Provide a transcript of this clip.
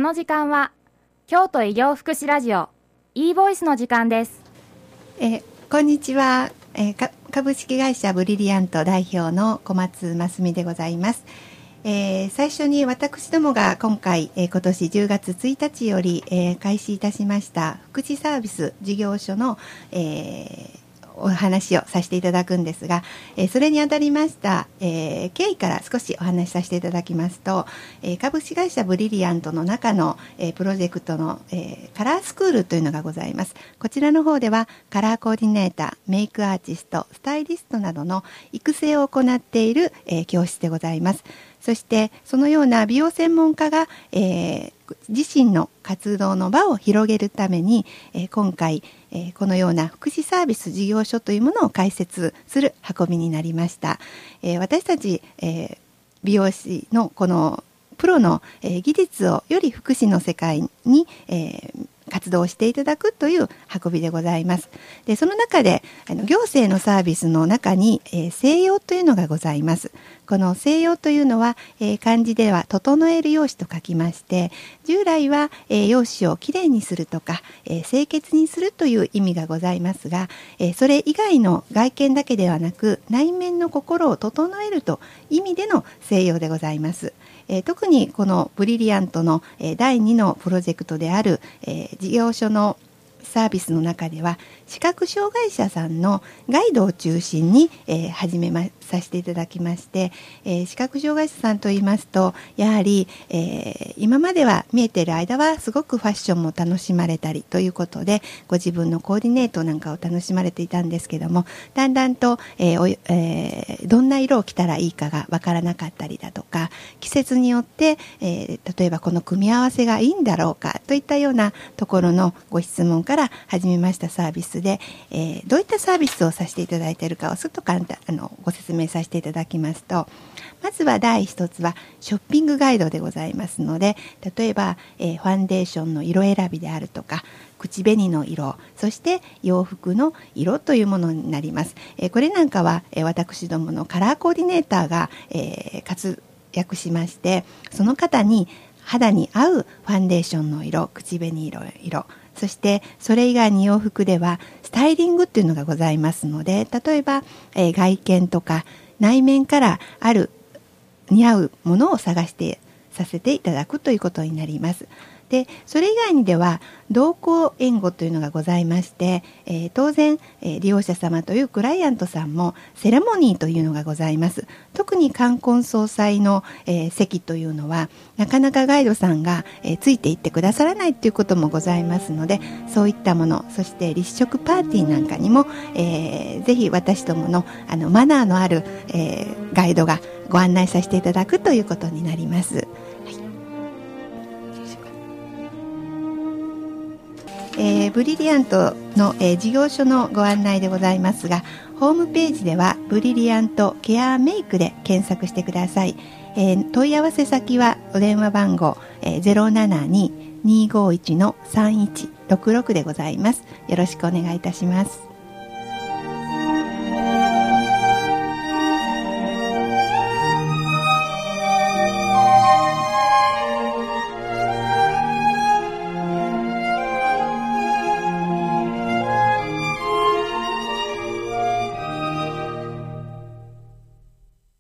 の時間は京都医療福祉ラジオ e ボイスの時間です。 こんにちは、株式会社ブリリアント代表の小松真澄でございます。最初に私どもが今回、今年10月1日より、開始いたしました福祉サービス事業所の、お話をさせていただくんですが、それにあたりました、経緯から少しお話しさせていただきますと、株式会社ブリリアントの中の、プロジェクトの、カラースクールというのがございます。こちらの方ではカラーコーディネーター、メイクアーティスト、スタイリストなどの育成を行っている、教室でございます。そしてそのような美容専門家が、自身の活動の場を広げるために、今回、このような福祉サービス事業所というものを開設する運びになりました。私たち、美容師のこのプロの、技術をより福祉の世界に、活動していただくという運びでございます。で、その中で行政のサービスの中に、静養というのがございます。この静養というのは、漢字では整える容姿と書きまして、従来は、容姿をきれいにするとか、清潔にするという意味がございますが、それ以外の外見だけではなく内面の心を整えるという意味での静養でございます。特にこのブリリアントの、第2のプロジェクトである、事業所のサービスの中では視覚障害者さんのガイドを中心に、始めさせていただきまして、視覚障害者さんといいますとやはり、今までは見えている間はすごくファッションも楽しまれたりということでご自分のコーディネートなんかを楽しまれていたんですけども、だんだんと、どんな色を着たらいいかがわからなかったりだとか、季節によって、例えばこの組み合わせがいいんだろうかといったようなところのご質問から始めましたサービスで、どういったサービスをさせていただいているかをちょっとご説明させていただきますと、まずは第一つはショッピングガイドでございますので、例えば、ファンデーションの色選びであるとか口紅の色、そして洋服の色というものになります。これなんかは、私どものカラーコーディネーターが、活躍しまして、その方に肌に合うファンデーションの色、口紅色、そしてそれ以外に洋服ではスタイリングっていうのがございますので、例えば、外見とか内面からある似合うものを探してさせていただくということになります。で、それ以外にでは同行援護というのがございまして、当然、利用者様というクライアントさんもセレモニーというのがございます。特に冠婚葬祭の、席というのはなかなかガイドさんが、ついていってくださらないということもございますので、そういったもの、そして立食パーティーなんかにも、ぜひ私どもの、マナーのある、ガイドがご案内させていただくということになります。ブリリアントの、事業所のご案内でございますが、ホームページではブリリアントケアメイクで検索してください。問い合わせ先はお電話番号、072-251-3166でございます。よろしくお願いいたします。